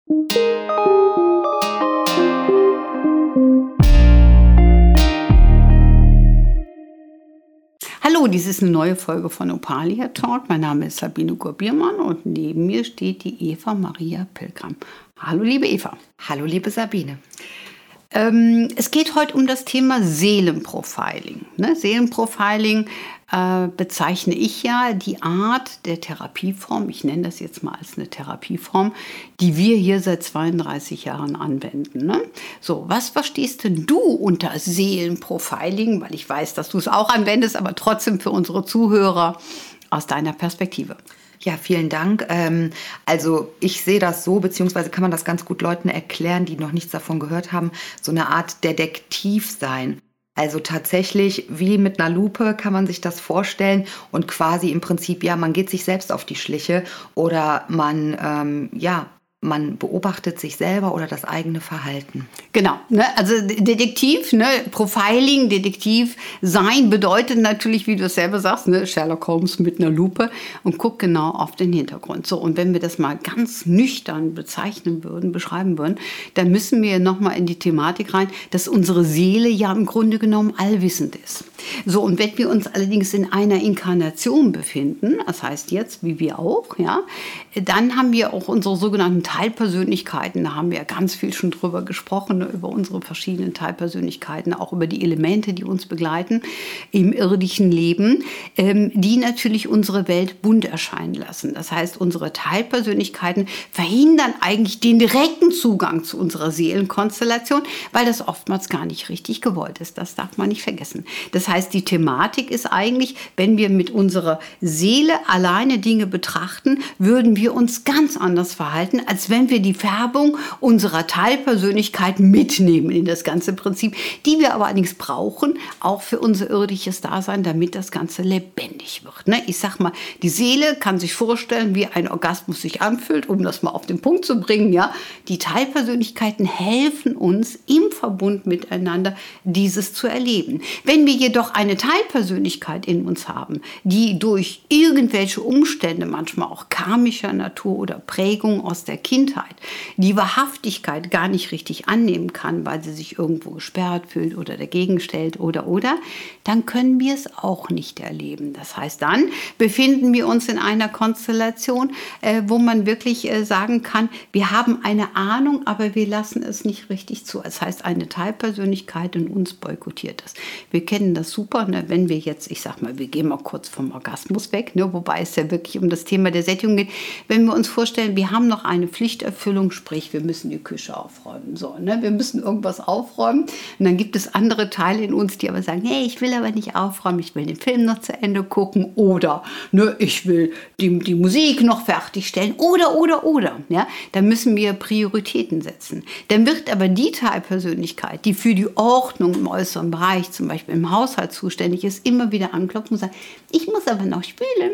Hallo, dies ist eine neue Folge von Opalia Talk. Mein Name ist Sabine Gurbiermann und neben mir steht die Eva Maria Pilgram. Hallo, liebe Eva. Hallo, liebe Sabine. Es geht heute um das Thema Seelenprofiling. Seelenprofiling bezeichne ich ja die Art der Therapieform, ich nenne das jetzt mal als eine Therapieform, die wir hier seit 32 Jahren anwenden. Ne? So, was verstehst denn du unter Seelenprofiling? Weil ich weiß, dass du es auch anwendest, aber trotzdem für unsere Zuhörer aus deiner Perspektive. Ja, vielen Dank. Also ich sehe das so, beziehungsweise kann man das ganz gut Leuten erklären, die noch nichts davon gehört haben, so eine Art Detektiv sein. Also tatsächlich wie mit einer Lupe kann man sich das vorstellen und quasi im Prinzip, ja, man geht sich selbst auf die Schliche oder man beobachtet sich selber oder das eigene Verhalten. Genau, also Detektiv, Profiling, Detektiv sein bedeutet natürlich, wie du es selber sagst, Sherlock Holmes mit einer Lupe und guckt genau auf den Hintergrund. So, und wenn wir das mal ganz nüchtern beschreiben würden, dann müssen wir nochmal in die Thematik rein, dass unsere Seele ja im Grunde genommen allwissend ist. So, und wenn wir uns allerdings in einer Inkarnation befinden, das heißt jetzt, wie wir auch, ja, dann haben wir auch unsere sogenannten Teilpersönlichkeiten, da haben wir ja ganz viel schon drüber gesprochen, über unsere verschiedenen Teilpersönlichkeiten, auch über die Elemente, die uns begleiten im irdischen Leben, die natürlich unsere Welt bunt erscheinen lassen. Das heißt, unsere Teilpersönlichkeiten verhindern eigentlich den direkten Zugang zu unserer Seelenkonstellation, weil das oftmals gar nicht richtig gewollt ist. Das darf man nicht vergessen. Das heißt, die Thematik ist eigentlich, wenn wir mit unserer Seele alleine Dinge betrachten, würden wir uns ganz anders verhalten, als wenn wir die Färbung unserer Teilpersönlichkeit mitnehmen in das ganze Prinzip, die wir aber allerdings brauchen, auch für unser irdisches Dasein, damit das Ganze lebendig wird. Ich sag mal, die Seele kann sich vorstellen, wie ein Orgasmus sich anfühlt, um das mal auf den Punkt zu bringen. Ja? Die Teilpersönlichkeiten helfen uns im Verbund miteinander, dieses zu erleben. Wenn wir jedoch eine Teilpersönlichkeit in uns haben, die durch irgendwelche Umstände, manchmal auch karmischer Natur oder Prägung aus der Kindheit, die Wahrhaftigkeit gar nicht richtig annehmen kann, weil sie sich irgendwo gesperrt fühlt oder dagegen stellt oder, dann können wir es auch nicht erleben. Das heißt, dann befinden wir uns in einer Konstellation, wo man wirklich sagen kann, wir haben eine Ahnung, aber wir lassen es nicht richtig zu. Das heißt, eine Teilpersönlichkeit in uns boykottiert das. Wir kennen das super, wenn wir jetzt, ich sag mal, wir gehen mal kurz vom Orgasmus weg, wobei es ja wirklich um das Thema der Sättigung geht. Wenn wir uns vorstellen, wir haben noch eine Pflichterfüllung, sprich, wir müssen die Küche aufräumen. So, wir müssen irgendwas aufräumen. Und dann gibt es andere Teile in uns, die aber sagen, hey, ich will aber nicht aufräumen, ich will den Film noch zu Ende gucken oder ich will die Musik noch fertigstellen oder. Ja? Dann müssen wir Prioritäten setzen. Dann wird aber die Teilpersönlichkeit, die für die Ordnung im äußeren Bereich, zum Beispiel im Haushalt zuständig ist, immer wieder anklopfen und sagen, ich muss aber noch spülen.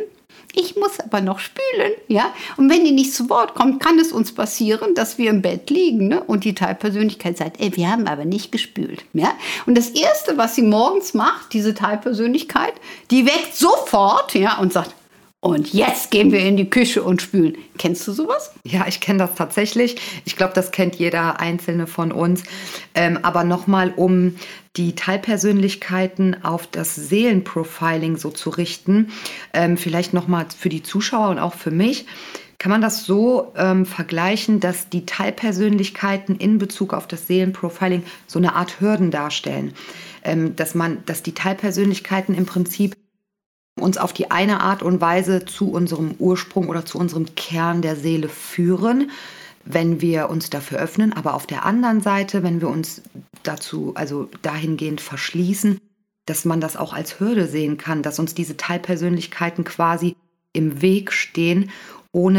Ja? Und wenn die nicht zu Wort kommt, kann es uns passieren, dass wir im Bett liegen und die Teilpersönlichkeit sagt, wir haben aber nicht gespült. Ja? Und das Erste, was sie morgens macht, diese Teilpersönlichkeit, die weckt sofort und sagt, und jetzt gehen wir in die Küche und spülen. Kennst du sowas? Ja, ich kenne das tatsächlich. Ich glaube, das kennt jeder Einzelne von uns. Aber nochmal, um die Teilpersönlichkeiten auf das Seelenprofiling so zu richten, vielleicht nochmal für die Zuschauer und auch für mich, kann man das so vergleichen, dass die Teilpersönlichkeiten in Bezug auf das Seelenprofiling so eine Art Hürden darstellen. Dass die Teilpersönlichkeiten im Prinzip uns auf die eine Art und Weise zu unserem Ursprung oder zu unserem Kern der Seele führen, wenn wir uns dafür öffnen, aber auf der anderen Seite, wenn wir uns dahingehend verschließen, dass man das auch als Hürde sehen kann, dass uns diese Teilpersönlichkeiten quasi im Weg stehen, und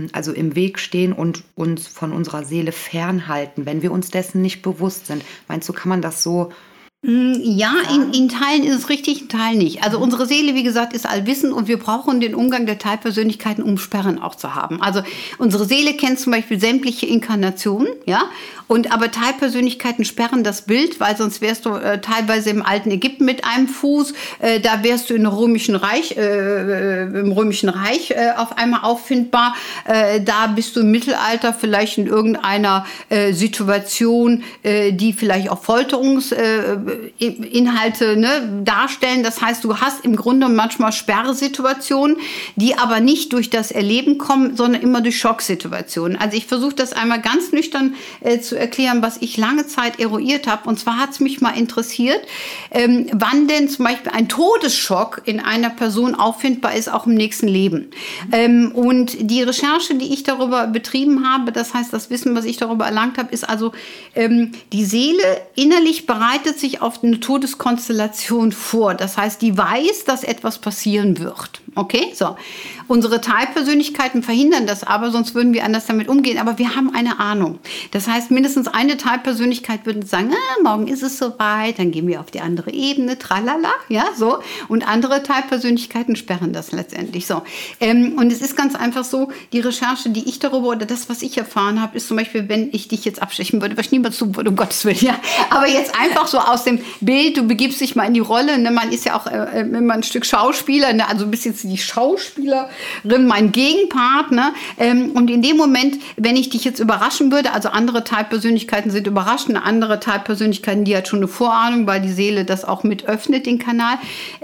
uns von unserer Seele fernhalten, wenn wir uns dessen nicht bewusst sind. Meinst du, kann man das so Ja, in Teilen ist es richtig, in Teilen nicht. Also unsere Seele, wie gesagt, ist allwissend und wir brauchen den Umgang der Teilpersönlichkeiten, um Sperren auch zu haben. Also unsere Seele kennt zum Beispiel sämtliche Inkarnationen, ja, Aber Teilpersönlichkeiten sperren das Bild, weil sonst wärst du teilweise im alten Ägypten mit einem Fuß, da wärst du im Römischen Reich auf einmal auffindbar, da bist du im Mittelalter vielleicht in irgendeiner Situation, die vielleicht auch Folterungsinhalte darstellen. Das heißt, du hast im Grunde manchmal Sperrsituationen, die aber nicht durch das Erleben kommen, sondern immer durch Schocksituationen. Also ich versuche das einmal ganz nüchtern zu erklären, was ich lange Zeit eruiert habe. Und zwar hat es mich mal interessiert, wann denn zum Beispiel ein Todesschock in einer Person auffindbar ist, auch im nächsten Leben. Und die Recherche, die ich darüber betrieben habe, das heißt, das Wissen, was ich darüber erlangt habe, ist also, die Seele innerlich bereitet sich auf eine Todeskonstellation vor. Das heißt, die weiß, dass etwas passieren wird. Okay, so. Unsere Teilpersönlichkeiten verhindern das aber, sonst würden wir anders damit umgehen. Aber wir haben eine Ahnung. Das heißt, mindestens eine Teilpersönlichkeit würde sagen, morgen ist es soweit, dann gehen wir auf die andere Ebene, tralala, ja, so. Und andere Teilpersönlichkeiten sperren das letztendlich so. Und es ist ganz einfach so, die Recherche, die ich darüber oder das, was ich erfahren habe, ist zum Beispiel, wenn ich dich jetzt abstechen würde, was ich niemals tun würde, um Gottes Willen, ja. Aber jetzt einfach so aus dem Bild, du begibst dich mal in die Rolle, ne? Man ist ja auch immer ein Stück Schauspieler, ne? Also bist jetzt die Schauspielerin, mein Gegenpart, ne? Und in dem Moment, wenn ich dich jetzt überraschen würde, also andere Teilpersönlichkeiten sind überrascht, andere Teilpersönlichkeiten, die hat schon eine Vorahnung, weil die Seele das auch mit öffnet, den Kanal,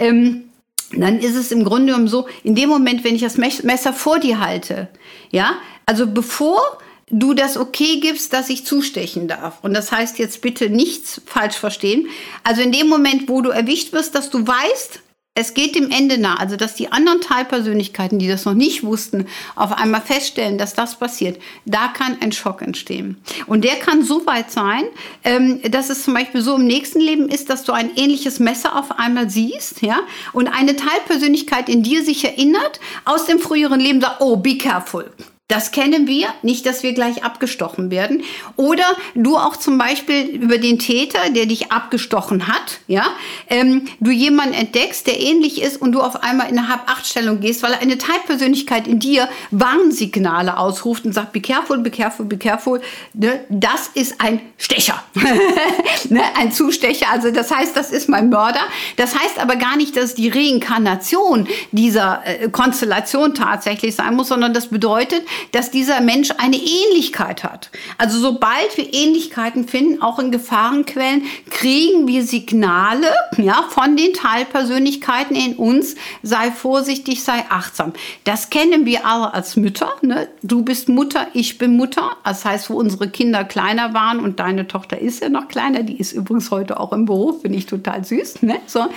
dann ist es im Grunde genommen so, in dem Moment, wenn ich das Messer vor dir halte, ja, also bevor du das okay gibst, dass ich zustechen darf. Und das heißt jetzt bitte nichts falsch verstehen. Also in dem Moment, wo du erwischt wirst, dass du weißt, es geht dem Ende nah, also dass die anderen Teilpersönlichkeiten, die das noch nicht wussten, auf einmal feststellen, dass das passiert, da kann ein Schock entstehen. Und der kann so weit sein, dass es zum Beispiel so im nächsten Leben ist, dass du ein ähnliches Messer auf einmal siehst, ja, und eine Teilpersönlichkeit in dir sich erinnert, aus dem früheren Leben sagt, oh, be careful. Das kennen wir, nicht, dass wir gleich abgestochen werden. Oder du auch zum Beispiel über den Täter, der dich abgestochen hat, ja, du jemanden entdeckst, der ähnlich ist und du auf einmal in eine Hab-Acht-Stellung gehst, weil eine Teilpersönlichkeit in dir Warnsignale ausruft und sagt, be careful, be careful, be careful. Ne? Das ist ein Stecher, ne? Ein Zustecher. Also das heißt, das ist mein Mörder. Das heißt aber gar nicht, dass die Reinkarnation dieser Konstellation tatsächlich sein muss, sondern das bedeutet, dass dieser Mensch eine Ähnlichkeit hat. Also sobald wir Ähnlichkeiten finden, auch in Gefahrenquellen, kriegen wir Signale, ja, von den Teilpersönlichkeiten in uns, sei vorsichtig, sei achtsam. Das kennen wir alle als Mütter. Ne? Du bist Mutter, ich bin Mutter. Das heißt, wo unsere Kinder kleiner waren und deine Tochter ist ja noch kleiner, die ist übrigens heute auch im Beruf, finde ich total süß. Ne? So.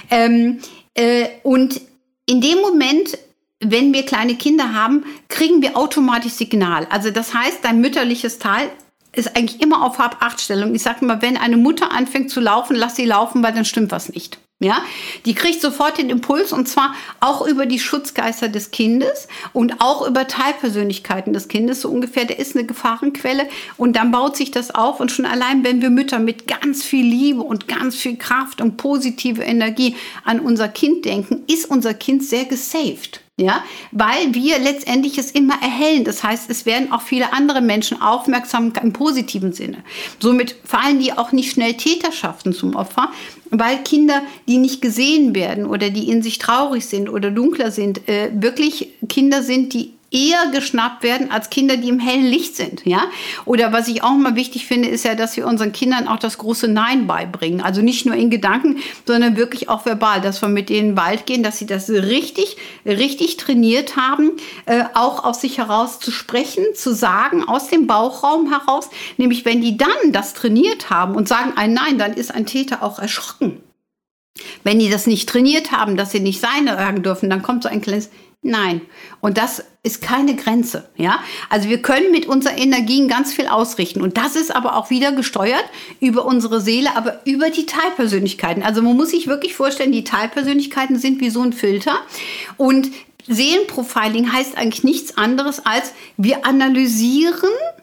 Und in dem Moment, wenn wir kleine Kinder haben, kriegen wir automatisch Signal. Also das heißt, dein mütterliches Teil ist eigentlich immer auf Hab-Acht-Stellung. Ich sage immer, wenn eine Mutter anfängt zu laufen, lass sie laufen, weil dann stimmt was nicht. Ja, die kriegt sofort den Impuls und zwar auch über die Schutzgeister des Kindes und auch über Teilpersönlichkeiten des Kindes, so ungefähr, der ist eine Gefahrenquelle und dann baut sich das auf und schon allein, wenn wir Mütter mit ganz viel Liebe und ganz viel Kraft und positive Energie an unser Kind denken, ist unser Kind sehr gesaved. Ja, weil wir letztendlich es immer erhellen. Das heißt, es werden auch viele andere Menschen aufmerksam im positiven Sinne. Somit fallen die auch nicht schnell Täterschaften zum Opfer, weil Kinder, die nicht gesehen werden oder die in sich traurig sind oder dunkler sind, wirklich Kinder sind, die eher geschnappt werden als Kinder, die im hellen Licht sind, ja. Oder was ich auch mal wichtig finde, ist ja, dass wir unseren Kindern auch das große Nein beibringen. Also nicht nur in Gedanken, sondern wirklich auch verbal, dass wir mit denen in den Wald gehen, dass sie das richtig trainiert haben, auch aus sich heraus zu sprechen, zu sagen, aus dem Bauchraum heraus. Nämlich, wenn die dann das trainiert haben und sagen ein Nein, dann ist ein Täter auch erschrocken. Wenn die das nicht trainiert haben, dass sie nicht Seine sagen dürfen, dann kommt so ein kleines Nein. Und das ist keine Grenze, ja. Also wir können mit unseren Energien ganz viel ausrichten. Und das ist aber auch wieder gesteuert über unsere Seele, aber über die Teilpersönlichkeiten. Also man muss sich wirklich vorstellen, die Teilpersönlichkeiten sind wie so ein Filter. Und Seelenprofiling heißt eigentlich nichts anderes als wir analysieren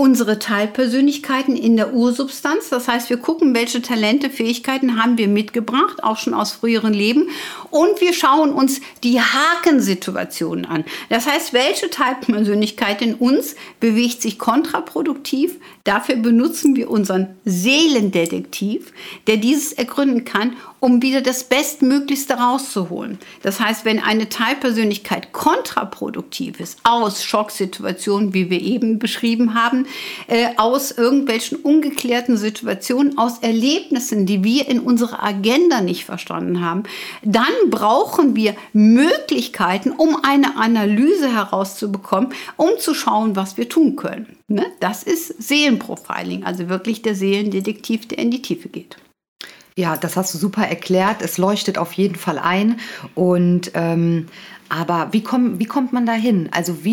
unsere Teilpersönlichkeiten in der Ursubstanz. Das heißt, wir gucken, welche Talente, Fähigkeiten haben wir mitgebracht, auch schon aus früheren Leben. Und wir schauen uns die Hakensituationen an. Das heißt, welche Teilpersönlichkeit in uns bewegt sich kontraproduktiv. Dafür benutzen wir unseren Seelendetektiv, der dieses ergründen kann, um wieder das Bestmöglichste rauszuholen. Das heißt, wenn eine Teilpersönlichkeit kontraproduktiv ist, aus Schocksituationen, wie wir eben beschrieben haben, aus irgendwelchen ungeklärten Situationen, aus Erlebnissen, die wir in unserer Agenda nicht verstanden haben, dann brauchen wir Möglichkeiten, um eine Analyse herauszubekommen, um zu schauen, was wir tun können. Ne? Das ist Seelenprofiling, also wirklich der Seelendetektiv, der in die Tiefe geht. Ja, das hast du super erklärt. Es leuchtet auf jeden Fall ein. Und aber wie kommt man da hin? Also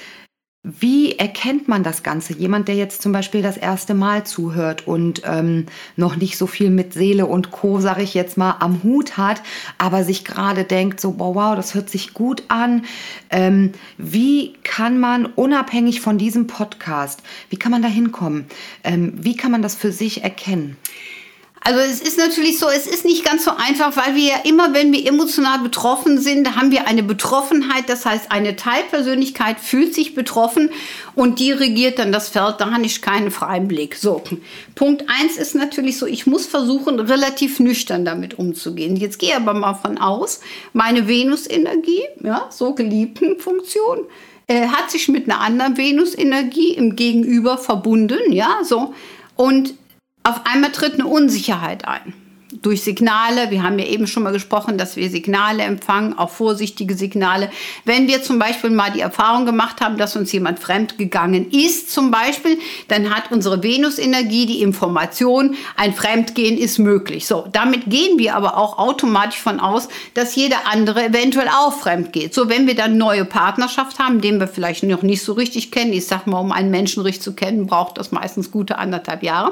wie erkennt man das Ganze? Jemand, der jetzt zum Beispiel das erste Mal zuhört und noch nicht so viel mit Seele und Co., sage ich jetzt mal, am Hut hat, aber sich gerade denkt, so, wow, das hört sich gut an. Wie kann man unabhängig von diesem Podcast, wie kann man da hinkommen? Wie kann man das für sich erkennen? Also es ist natürlich so, es ist nicht ganz so einfach, weil wir ja immer, wenn wir emotional betroffen sind, haben wir eine Betroffenheit. Das heißt, eine Teilpersönlichkeit fühlt sich betroffen und die regiert dann das Feld. Da habe ich keinen freien Blick. So, Punkt 1 ist natürlich so, ich muss versuchen, relativ nüchtern damit umzugehen. Jetzt gehe aber mal von aus, meine Venusenergie, ja, so geliebten Funktion, hat sich mit einer anderen Venusenergie im Gegenüber verbunden, ja, so, und auf einmal tritt eine Unsicherheit ein. Durch Signale, wir haben ja eben schon mal gesprochen, dass wir Signale empfangen, auch vorsichtige Signale. Wenn wir zum Beispiel mal die Erfahrung gemacht haben, dass uns jemand fremd gegangen ist zum Beispiel, dann hat unsere Venusenergie die Information, ein Fremdgehen ist möglich. So, damit gehen wir aber auch automatisch von aus, dass jeder andere eventuell auch fremd geht. So, wenn wir dann eine neue Partnerschaft haben, den wir vielleicht noch nicht so richtig kennen, ich sag mal, um einen Menschen richtig zu kennen, braucht das meistens gute 1,5 Jahre.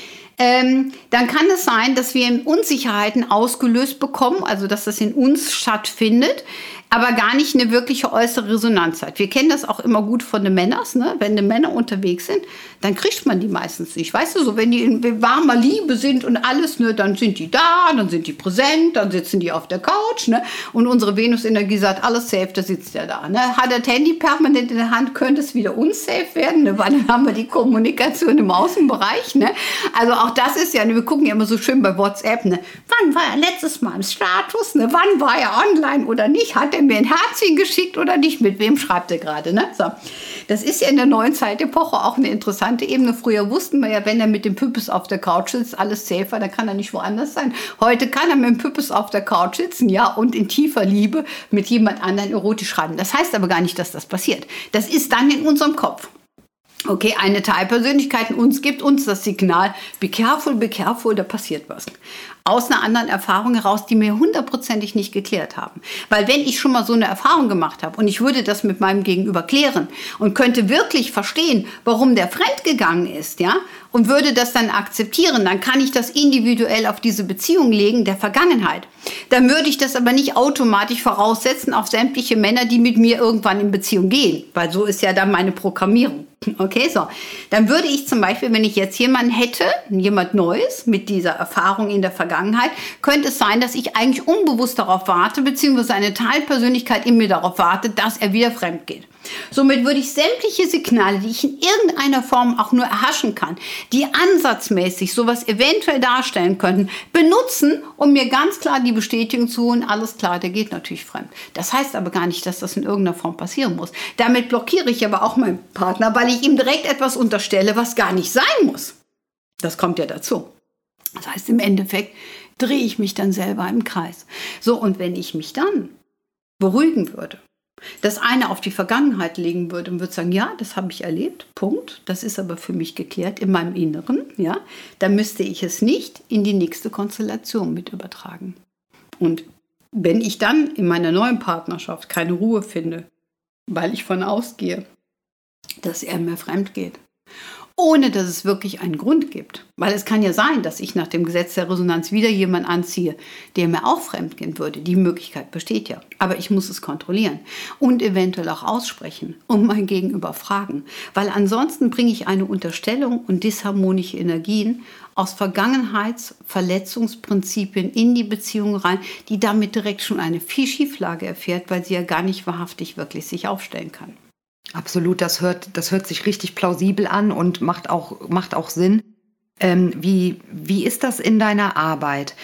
Dann kann es sein, dass wir Unsicherheiten ausgelöst bekommen, also dass das in uns stattfindet, aber gar nicht eine wirkliche äußere Resonanz hat. Wir kennen das auch immer gut von den Männern, ne? Wenn die Männer unterwegs sind, dann kriegt man die meistens nicht. Weißt du, so wenn die in warmer Liebe sind und alles, ne, dann sind die da, dann sind die präsent, dann sitzen die auf der Couch, ne? Und unsere Venusenergie sagt, alles safe, da sitzt der da. Ne? Hat er das Handy permanent in der Hand, könnte es wieder unsafe werden, ne? Weil dann haben wir die Kommunikation im Außenbereich. Ne? Also auch das ist ja, ne, wir gucken ja immer so schön bei WhatsApp, ne? Wann war er letztes Mal im Status, ne? Wann war er online oder nicht, hat er mir ein Herzchen geschickt oder nicht, mit wem schreibt er gerade. Ne? So. Das ist ja in der neuen Zeitepoche auch eine interessante Ebene. Früher wussten wir ja, wenn er mit dem Püppes auf der Couch sitzt, alles safer, dann kann er nicht woanders sein. Heute kann er mit dem Püppes auf der Couch sitzen, ja, und in tiefer Liebe mit jemand anderem erotisch schreiben. Das heißt aber gar nicht, dass das passiert. Das ist dann in unserem Kopf. Okay, eine Teilpersönlichkeit in uns gibt uns das Signal, be careful, da passiert was. Aus einer anderen Erfahrung heraus, die wir hundertprozentig nicht geklärt haben. Weil wenn ich schon mal so eine Erfahrung gemacht habe und ich würde das mit meinem Gegenüber klären und könnte wirklich verstehen, warum der fremdgegangen ist, ja, und würde das dann akzeptieren, dann kann ich das individuell auf diese Beziehung legen der Vergangenheit. Dann würde ich das aber nicht automatisch voraussetzen auf sämtliche Männer, die mit mir irgendwann in Beziehung gehen, weil so ist ja dann meine Programmierung. Okay, so. Dann würde ich zum Beispiel, wenn ich jetzt jemanden hätte, jemand Neues mit dieser Erfahrung in der Vergangenheit, könnte es sein, dass ich eigentlich unbewusst darauf warte, beziehungsweise eine Teilpersönlichkeit in mir darauf wartet, dass er wieder fremd geht. Somit würde ich sämtliche Signale, die ich in irgendeiner Form auch nur erhaschen kann, die ansatzmäßig sowas eventuell darstellen könnten, benutzen, um mir ganz klar die Bestätigung zu holen, alles klar, der geht natürlich fremd. Das heißt aber gar nicht, dass das in irgendeiner Form passieren muss. Damit blockiere ich aber auch meinen Partner, weil ich ihm direkt etwas unterstelle, was gar nicht sein muss. Das kommt ja dazu. Das heißt, im Endeffekt drehe ich mich dann selber im Kreis. So, und wenn ich mich dann beruhigen würde, das eine auf die Vergangenheit legen würde und würde sagen, ja, das habe ich erlebt, Punkt. Das ist aber für mich geklärt in meinem Inneren, ja. Dann müsste ich es nicht in die nächste Konstellation mit übertragen. Und wenn ich dann in meiner neuen Partnerschaft keine Ruhe finde, weil ich von ausgehe, dass er mir fremd geht, ohne dass es wirklich einen Grund gibt. Weil es kann ja sein, dass ich nach dem Gesetz der Resonanz wieder jemanden anziehe, der mir auch fremdgehen würde. Die Möglichkeit besteht ja. Aber ich muss es kontrollieren und eventuell auch aussprechen und mein Gegenüber fragen. Weil ansonsten bringe ich eine Unterstellung und disharmonische Energien aus Vergangenheitsverletzungsprinzipien in die Beziehung rein, die damit direkt schon eine viel Schieflage erfährt, weil sie ja gar nicht wahrhaftig wirklich sich aufstellen kann. Absolut, das hört sich richtig plausibel an und macht auch Sinn. Wie ist das in deiner Arbeit?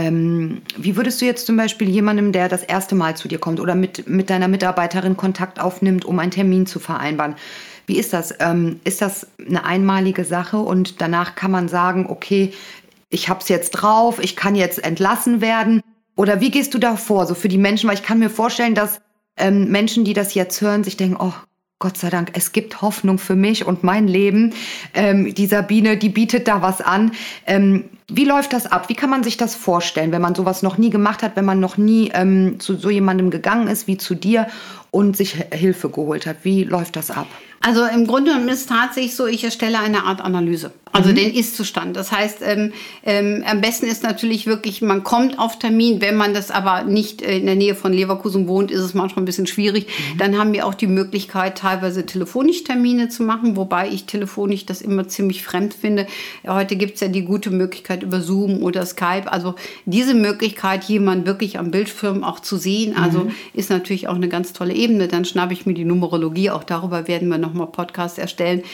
Wie würdest du jetzt zum Beispiel jemandem, der das erste Mal zu dir kommt oder mit deiner Mitarbeiterin Kontakt aufnimmt, um einen Termin zu vereinbaren? Wie ist das? Ist das eine einmalige Sache und danach kann man sagen, okay, ich habe es jetzt drauf, ich kann jetzt entlassen werden? Oder wie gehst du da vor, so für die Menschen? Weil ich kann mir vorstellen, dass Menschen, die das jetzt hören, sich denken, oh, Gott sei Dank, es gibt Hoffnung für mich und mein Leben. Die Sabine, die bietet da was an. Wie läuft das ab? Wie kann man sich das vorstellen, wenn man sowas noch nie gemacht hat, wenn man noch nie zu so jemandem gegangen ist wie zu dir und sich Hilfe geholt hat? Wie läuft das ab? Also im Grunde ist es tatsächlich so, ich erstelle eine Art Analyse, also den Ist-Zustand. Das heißt, am besten ist natürlich wirklich, man kommt auf Termin, wenn man das aber nicht in der Nähe von Leverkusen wohnt, ist es manchmal ein bisschen schwierig. Dann haben wir auch die Möglichkeit, teilweise telefonisch Termine zu machen, wobei ich telefonisch das immer ziemlich fremd finde. Heute gibt es ja die gute Möglichkeit über Zoom oder Skype. Also diese Möglichkeit, jemanden wirklich am Bildschirm auch zu sehen, also ist natürlich auch eine ganz tolle Ebene. Dann schnappe ich mir die Numerologie, auch darüber werden wir noch mal Podcast erstellen.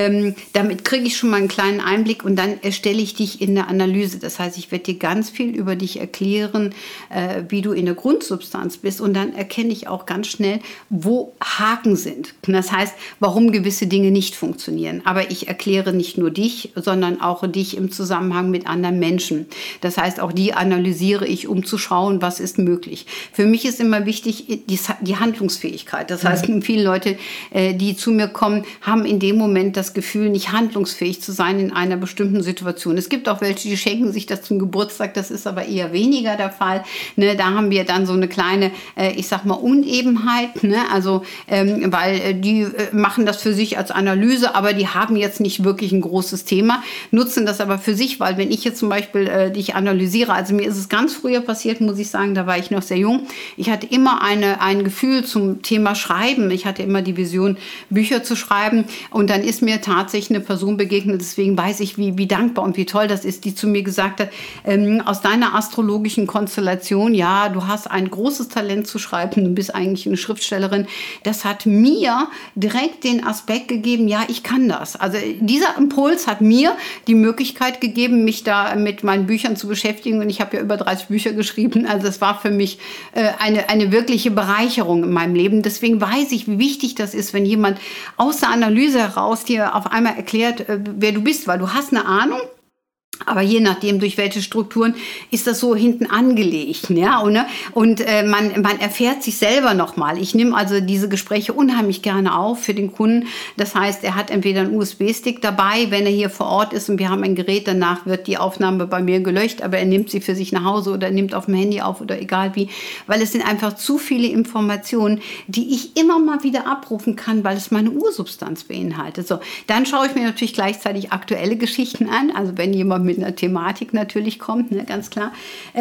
Damit kriege ich schon mal einen kleinen Einblick und dann erstelle ich dich in der Analyse. Das heißt, ich werde dir ganz viel über dich erklären, wie du in der Grundsubstanz bist und dann erkenne ich auch ganz schnell, wo Haken sind. Das heißt, warum gewisse Dinge nicht funktionieren. Aber ich erkläre nicht nur dich, sondern auch dich im Zusammenhang mit anderen Menschen. Das heißt, auch die analysiere ich, um zu schauen, was ist möglich. Für mich ist immer wichtig die Handlungsfähigkeit. Das heißt, viele Leute, die zu mir kommen, haben in dem Moment das Gefühl, nicht handlungsfähig zu sein in einer bestimmten Situation. Es gibt auch welche, die schenken sich das zum Geburtstag, das ist aber eher weniger der Fall. Ne, da haben wir dann so eine kleine, ich sag mal, Unebenheit, ne? Also, weil die machen das für sich als Analyse, aber die haben jetzt nicht wirklich ein großes Thema, nutzen das aber für sich, weil wenn ich jetzt zum Beispiel dich analysiere, also mir ist es ganz früher passiert, muss ich sagen, da war ich noch sehr jung, ich hatte immer ein Gefühl zum Thema Schreiben, ich hatte immer die Vision, Bücher zu schreiben und dann ist mir tatsächlich eine Person begegnet, deswegen weiß ich, wie dankbar und wie toll das ist, die zu mir gesagt hat, aus deiner astrologischen Konstellation, ja, du hast ein großes Talent zu schreiben, du bist eigentlich eine Schriftstellerin, das hat mir direkt den Aspekt gegeben, ja, ich kann das. Also dieser Impuls hat mir die Möglichkeit gegeben, mich da mit meinen Büchern zu beschäftigen und ich habe ja über 30 Bücher geschrieben, also es war für mich eine wirkliche Bereicherung in meinem Leben, deswegen weiß ich, wie wichtig das ist, wenn jemand aus der Analyse heraus dir auf einmal erklärt, wer du bist, weil du hast eine Ahnung, aber je nachdem, durch welche Strukturen, ist das so hinten angelegt. Ja? Und man erfährt sich selber nochmal. Ich nehme also diese Gespräche unheimlich gerne auf für den Kunden. Das heißt, er hat entweder einen USB-Stick dabei, wenn er hier vor Ort ist und wir haben ein Gerät, danach wird die Aufnahme bei mir gelöscht, aber er nimmt sie für sich nach Hause oder nimmt auf dem Handy auf oder egal wie, weil es sind einfach zu viele Informationen, die ich immer mal wieder abrufen kann, weil es meine Ursubstanz beinhaltet. So, dann schaue ich mir natürlich gleichzeitig aktuelle Geschichten an, also wenn jemand mit einer Thematik natürlich kommt, ne, ganz klar,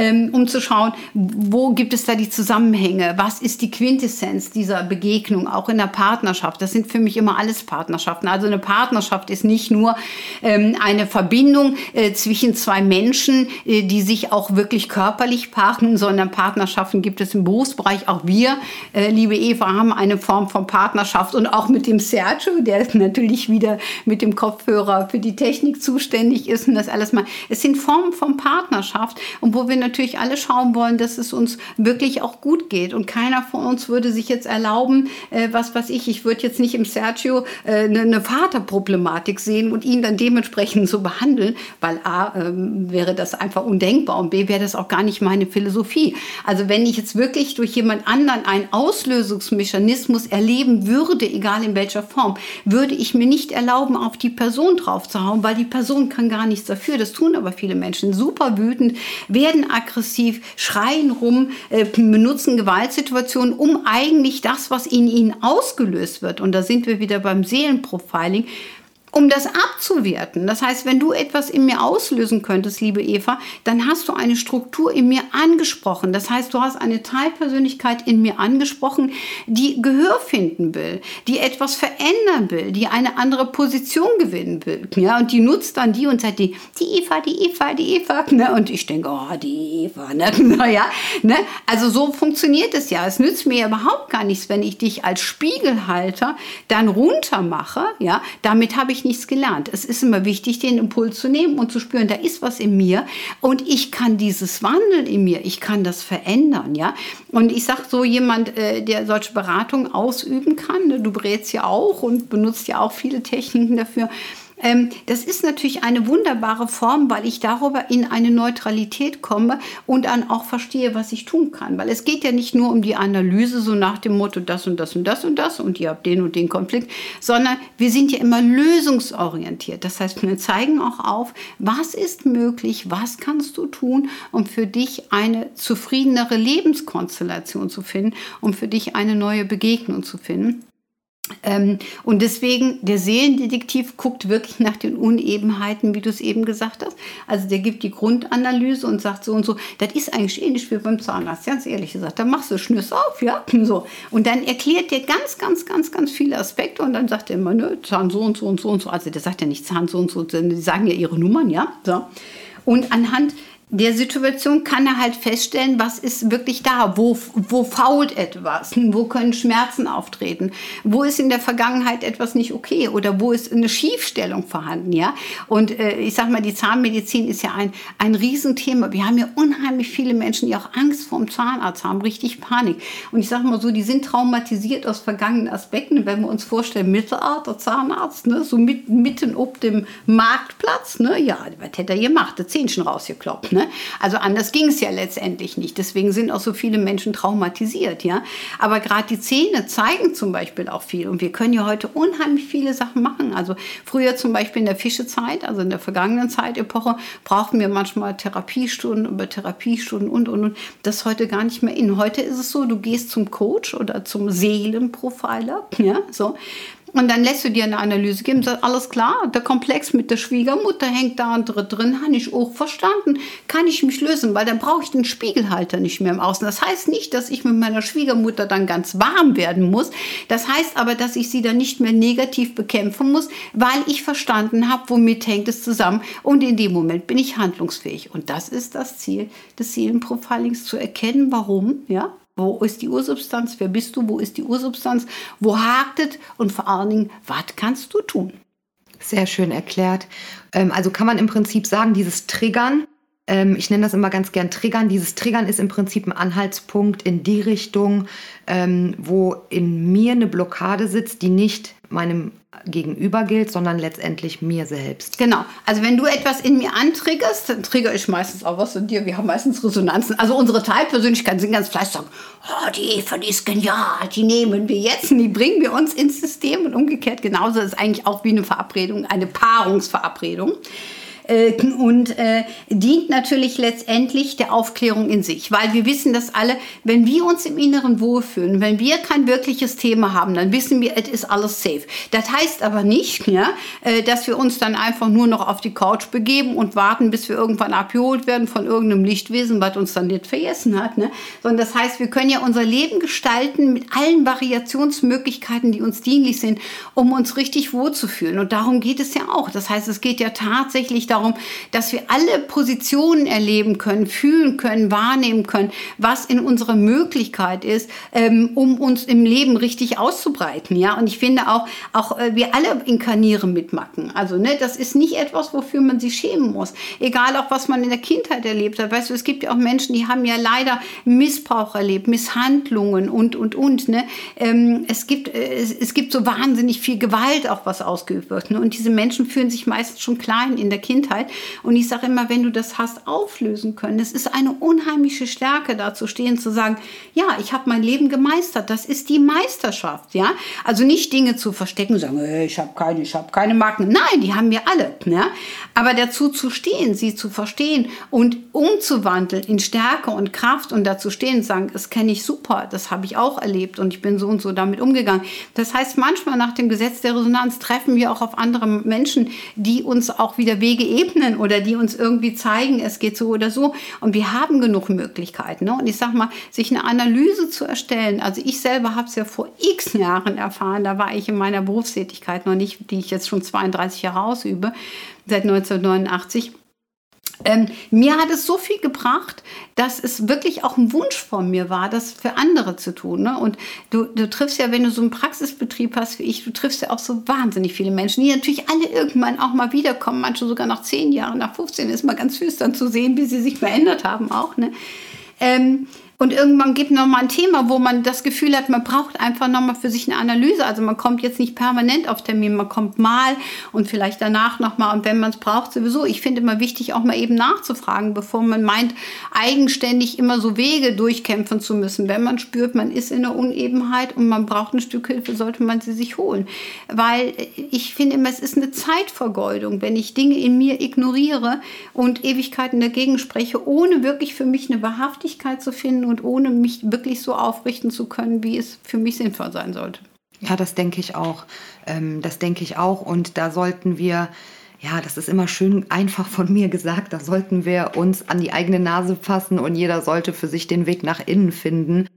um zu schauen, wo gibt es da die Zusammenhänge, was ist die Quintessenz dieser Begegnung, auch in der Partnerschaft. Das sind für mich immer alles Partnerschaften. Also eine Partnerschaft ist nicht nur eine Verbindung zwischen zwei Menschen, die sich auch wirklich körperlich paaren, sondern Partnerschaften gibt es im Berufsbereich. Auch wir, liebe Eva, haben eine Form von Partnerschaft und auch mit dem Sergio, der natürlich wieder mit dem Kopfhörer für die Technik zuständig ist und das alles mal. Es sind Formen von Partnerschaft und wo wir natürlich alle schauen wollen, dass es uns wirklich auch gut geht und keiner von uns würde sich jetzt erlauben, ich würde jetzt nicht im Sergio eine Vaterproblematik sehen und ihn dann dementsprechend so behandeln, weil A, wäre das einfach undenkbar und B, wäre das auch gar nicht meine Philosophie. Also wenn ich jetzt wirklich durch jemand anderen einen Auslösungsmechanismus erleben würde, egal in welcher Form, würde ich mir nicht erlauben, auf die Person drauf zu hauen, weil die Person kann gar nichts dafür. Das tun aber viele Menschen. Super wütend, werden aggressiv, schreien rum, benutzen Gewaltsituationen, um eigentlich das, was in ihnen ausgelöst wird, und da sind wir wieder beim Seelenprofiling, um das abzuwerten. Das heißt, wenn du etwas in mir auslösen könntest, liebe Eva, dann hast du eine Struktur in mir angesprochen. Das heißt, du hast eine Teilpersönlichkeit in mir angesprochen, die Gehör finden will, die etwas verändern will, die eine andere Position gewinnen will. Ja, und die nutzt dann die und sagt die Eva, die Eva, die Eva. Ne? Und ich denke, oh, die Eva. Ne? Naja, ne? Also so funktioniert es ja. Es nützt mir überhaupt gar nichts, wenn ich dich als Spiegelhalter dann runter mache. Ja? Damit habe ich nichts gelernt. Es ist immer wichtig, den Impuls zu nehmen und zu spüren, da ist was in mir und ich kann dieses Wandeln in mir, ich kann das verändern, ja. Und ich sage so, jemand, der solche Beratung ausüben kann, ne, du berätst ja auch und benutzt ja auch viele Techniken dafür. Das ist natürlich eine wunderbare Form, weil ich darüber in eine Neutralität komme und dann auch verstehe, was ich tun kann. Weil es geht ja nicht nur um die Analyse, so nach dem Motto, das und das und das und das und ihr habt den und den Konflikt, sondern wir sind ja immer lösungsorientiert. Das heißt, wir zeigen auch auf, was ist möglich, was kannst du tun, um für dich eine zufriedenere Lebenskonstellation zu finden, um für dich eine neue Begegnung zu finden. Und deswegen, der Seelendetektiv guckt wirklich nach den Unebenheiten, wie du es eben gesagt hast. Also der gibt die Grundanalyse und sagt so und so, das ist eigentlich ähnlich wie beim Zahnarzt, ganz ehrlich gesagt. Da machst du Schnüsse auf, ja, so. Und dann erklärt der ganz viele Aspekte und dann sagt er immer, ne, Zahn so und so und so und so. Also der sagt ja nicht Zahn so und so, die sagen ja ihre Nummern, ja, so. Und anhand der Situation kann er halt feststellen, was ist wirklich da, wo fault etwas, wo können Schmerzen auftreten, wo ist in der Vergangenheit etwas nicht okay oder wo ist eine Schiefstellung vorhanden, ja. Und ich sag mal, die Zahnmedizin ist ja ein Riesenthema. Wir haben ja unheimlich viele Menschen, die auch Angst vorm Zahnarzt haben, richtig Panik. Und ich sag mal so, die sind traumatisiert aus vergangenen Aspekten. Wenn wir uns vorstellen, Mittelalter Zahnarzt, ne, so mitten ob dem Marktplatz, ne, ja, was hätte er gemacht? Das Zähnchen rausgekloppt, ne? Also anders ging es ja letztendlich nicht. Deswegen sind auch so viele Menschen traumatisiert, ja. Aber gerade die Zähne zeigen zum Beispiel auch viel. Und wir können ja heute unheimlich viele Sachen machen. Also früher zum Beispiel in der Fischezeit, also in der vergangenen Zeitepoche, brauchten wir manchmal Therapiestunden über Therapiestunden und. Das ist heute gar nicht mehr in. Heute ist es so, du gehst zum Coach oder zum Seelenprofiler, ja, so. Und dann lässt du dir eine Analyse geben und sagst, alles klar, der Komplex mit der Schwiegermutter hängt da drin, habe ich auch verstanden, kann ich mich lösen, weil dann brauche ich den Spiegelhalter nicht mehr im Außen. Das heißt nicht, dass ich mit meiner Schwiegermutter dann ganz warm werden muss. Das heißt aber, dass ich sie dann nicht mehr negativ bekämpfen muss, weil ich verstanden habe, womit hängt es zusammen. Und in dem Moment bin ich handlungsfähig. Und das ist das Ziel des Seelenprofilings, zu erkennen, warum, ja. Wo ist die Ursubstanz? Wer bist du? Wo ist die Ursubstanz? Wo hakt es? Und vor allen Dingen, was kannst du tun? Sehr schön erklärt. Also kann man im Prinzip sagen, dieses Triggern, ich nenne das immer ganz gern Triggern, dieses Triggern ist im Prinzip ein Anhaltspunkt in die Richtung, wo in mir eine Blockade sitzt, die nicht meinem Gegenüber gilt, sondern letztendlich mir selbst. Genau. Also wenn du etwas in mir antriggerst, dann triggere ich meistens auch was in dir. Wir haben meistens Resonanzen. Also unsere Teilpersönlichkeiten sind ganz fleißig, sagen, oh, die Eva, die ist genial, die nehmen wir jetzt und die bringen wir uns ins System. Und umgekehrt genauso ist eigentlich auch wie eine Verabredung, eine Paarungsverabredung. Und dient natürlich letztendlich der Aufklärung in sich. Weil wir wissen das alle, wenn wir uns im Inneren wohlfühlen, wenn wir kein wirkliches Thema haben, dann wissen wir, es ist alles safe. Das heißt aber nicht, ja, dass wir uns dann einfach nur noch auf die Couch begeben und warten, bis wir irgendwann abgeholt werden von irgendeinem Lichtwesen, was uns dann nicht vergessen hat. Ne? Sondern das heißt, wir können ja unser Leben gestalten mit allen Variationsmöglichkeiten, die uns dienlich sind, um uns richtig wohlzufühlen. Und darum geht es ja auch. Das heißt, es geht ja tatsächlich darum, dass wir alle Positionen erleben können, fühlen können, wahrnehmen können, was in unserer Möglichkeit ist, um uns im Leben richtig auszubreiten. Ja? Und ich finde auch wir alle inkarnieren mit Macken. Also ne, das ist nicht etwas, wofür man sich schämen muss. Egal auch, was man in der Kindheit erlebt hat. Weißt du, es gibt ja auch Menschen, die haben ja leider Missbrauch erlebt, Misshandlungen und. Ne? Es gibt so wahnsinnig viel Gewalt auch, was ausgeübt wird. Ne? Und diese Menschen fühlen sich meistens schon klein in der Kindheit Kindheit. Und ich sage immer, wenn du das hast auflösen können, es ist eine unheimliche Stärke, da zu stehen, zu sagen, ja, ich habe mein Leben gemeistert. Das ist die Meisterschaft, ja. Also nicht Dinge zu verstecken und sagen, hey, ich habe keine Marken. Nein, die haben wir alle, ja. Aber dazu zu stehen, sie zu verstehen und umzuwandeln in Stärke und Kraft und dazu stehen und sagen, das kenne ich super, das habe ich auch erlebt und ich bin so und so damit umgegangen. Das heißt, manchmal nach dem Gesetz der Resonanz treffen wir auch auf andere Menschen, die uns auch wieder Wege ebnen oder die uns irgendwie zeigen, es geht so oder so. Und wir haben genug Möglichkeiten. Ne? Und ich sage mal, sich eine Analyse zu erstellen. Also ich selber habe es ja vor x Jahren erfahren, da war ich in meiner Berufstätigkeit noch nicht, die ich jetzt schon 32 Jahre ausübe, seit 1989. Mir hat es so viel gebracht, dass es wirklich auch ein Wunsch von mir war, das für andere zu tun. Ne? Und du triffst ja, wenn du so einen Praxisbetrieb hast wie ich, du triffst ja auch so wahnsinnig viele Menschen, die natürlich alle irgendwann auch mal wiederkommen, manche sogar nach 10 Jahren, nach 15, ist mal ganz süß dann zu sehen, wie sie sich verändert haben auch. Ne? Und irgendwann gibt es nochmal ein Thema, wo man das Gefühl hat, man braucht einfach nochmal für sich eine Analyse. Also man kommt jetzt nicht permanent auf Termin, man kommt mal und vielleicht danach nochmal. Und wenn man es braucht, sowieso. Ich finde immer wichtig, auch mal eben nachzufragen, bevor man meint, eigenständig immer so Wege durchkämpfen zu müssen. Wenn man spürt, man ist in einer Unebenheit und man braucht ein Stück Hilfe, sollte man sie sich holen. Weil ich finde immer, es ist eine Zeitvergeudung, wenn ich Dinge in mir ignoriere und Ewigkeiten dagegen spreche, ohne wirklich für mich eine Wahrhaftigkeit zu finden und ohne mich wirklich so aufrichten zu können, wie es für mich sinnvoll sein sollte. Ja, das denke ich auch. Und da sollten wir, ja, das ist immer schön einfach von mir gesagt, da sollten wir uns an die eigene Nase fassen und jeder sollte für sich den Weg nach innen finden.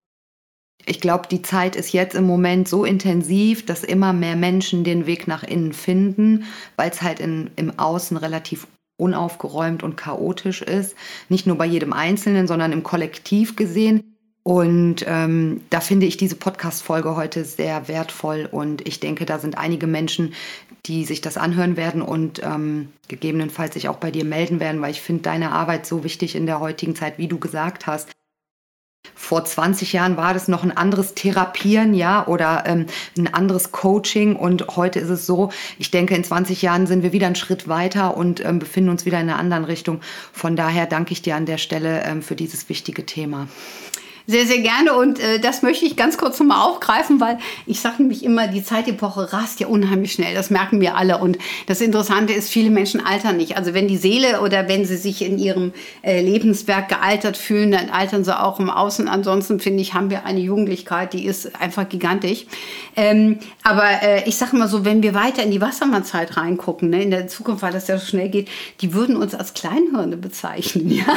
Ich glaube, die Zeit ist jetzt im Moment so intensiv, dass immer mehr Menschen den Weg nach innen finden, weil es halt im Außen relativ unaufgeräumt und chaotisch ist. Nicht nur bei jedem Einzelnen, sondern im Kollektiv gesehen. Und da finde ich diese Podcast-Folge heute sehr wertvoll. Und ich denke, da sind einige Menschen, die sich das anhören werden und gegebenenfalls sich auch bei dir melden werden, weil ich finde deine Arbeit so wichtig in der heutigen Zeit, wie du gesagt hast. Vor 20 Jahren war das noch ein anderes Therapieren, ja, oder ein anderes Coaching. Und heute ist es so, ich denke, in 20 Jahren sind wir wieder einen Schritt weiter und befinden uns wieder in einer anderen Richtung. Von daher danke ich dir an der Stelle für dieses wichtige Thema. Sehr, sehr gerne und das möchte ich ganz kurz nochmal aufgreifen, weil ich sage nämlich immer, die Zeitepoche rast ja unheimlich schnell, das merken wir alle und das Interessante ist, viele Menschen altern nicht. Also wenn die Seele oder wenn sie sich in ihrem Lebenswerk gealtert fühlen, dann altern sie auch im Außen. Ansonsten finde ich, haben wir eine Jugendlichkeit, die ist einfach gigantisch. Aber ich sage mal so, wenn wir weiter in die Wassermann-Zeit reingucken, ne, in der Zukunft, weil das ja so schnell geht, die würden uns als Kleinhirne bezeichnen. Ja?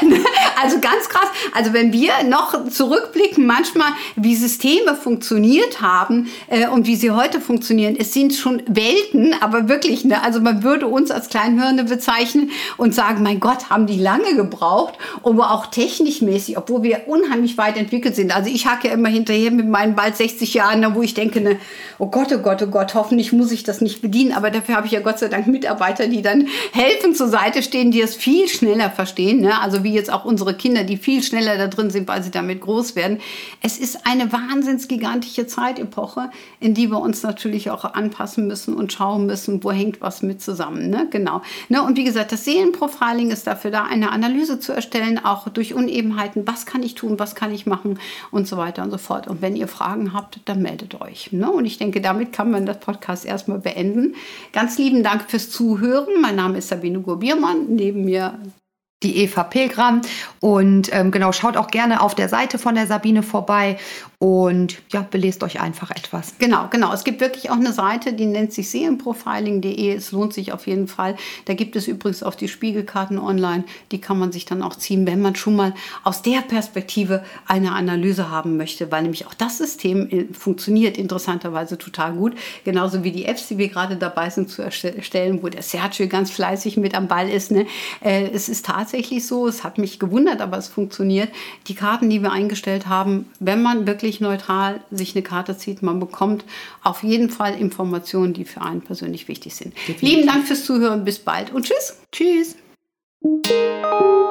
Also ganz krass. Also wenn wir noch zurückblicken, manchmal wie Systeme funktioniert haben und wie sie heute funktionieren, es sind schon Welten, aber wirklich, ne? Also man würde uns als Kleinhirne bezeichnen und sagen, mein Gott, haben die lange gebraucht, aber auch technikmäßig, obwohl wir unheimlich weit entwickelt sind. Also ich hacke ja immer hinterher mit meinen bald 60 Jahren, ne, wo ich denke, ne, oh Gott, oh Gott, oh Gott, hoffentlich muss ich das nicht bedienen, aber dafür habe ich ja Gott sei Dank Mitarbeiter, die dann helfen, zur Seite stehen, die es viel schneller verstehen, ne? Also wie jetzt auch unsere Kinder, die viel schneller da drin sind, weil sie damit groß werden. Es ist eine wahnsinns gigantische Zeitepoche, in die wir uns natürlich auch anpassen müssen und schauen müssen, wo hängt was mit zusammen. Ne? Genau. Ne? Und wie gesagt, das Seelenprofiling ist dafür da, eine Analyse zu erstellen, auch durch Unebenheiten. Was kann ich tun, was kann ich machen und so weiter und so fort. Und wenn ihr Fragen habt, dann meldet euch. Ne? Und ich denke, damit kann man das Podcast erstmal beenden. Ganz lieben Dank fürs Zuhören. Mein Name ist Sabine Gurbiermann. Neben mir die Eva Pilgram und genau, schaut auch gerne auf der Seite von der Sabine vorbei und ja, belest euch einfach etwas. Genau. Es gibt wirklich auch eine Seite, die nennt sich seelenprofiling.de. Es lohnt sich auf jeden Fall. Da gibt es übrigens auch die Spiegelkarten online. Die kann man sich dann auch ziehen, wenn man schon mal aus der Perspektive eine Analyse haben möchte, weil nämlich auch das System funktioniert interessanterweise total gut. Genauso wie die Apps, die wir gerade dabei sind zu erstellen, wo der Sergio ganz fleißig mit am Ball ist. Ne? Es ist tatsächlich so, es hat mich gewundert, aber es funktioniert. Die Karten, die wir eingestellt haben, wenn man wirklich neutral sich eine Karte zieht, man bekommt auf jeden Fall Informationen, die für einen persönlich wichtig sind. Definitiv. Lieben Dank fürs Zuhören, bis bald und tschüss. Tschüss.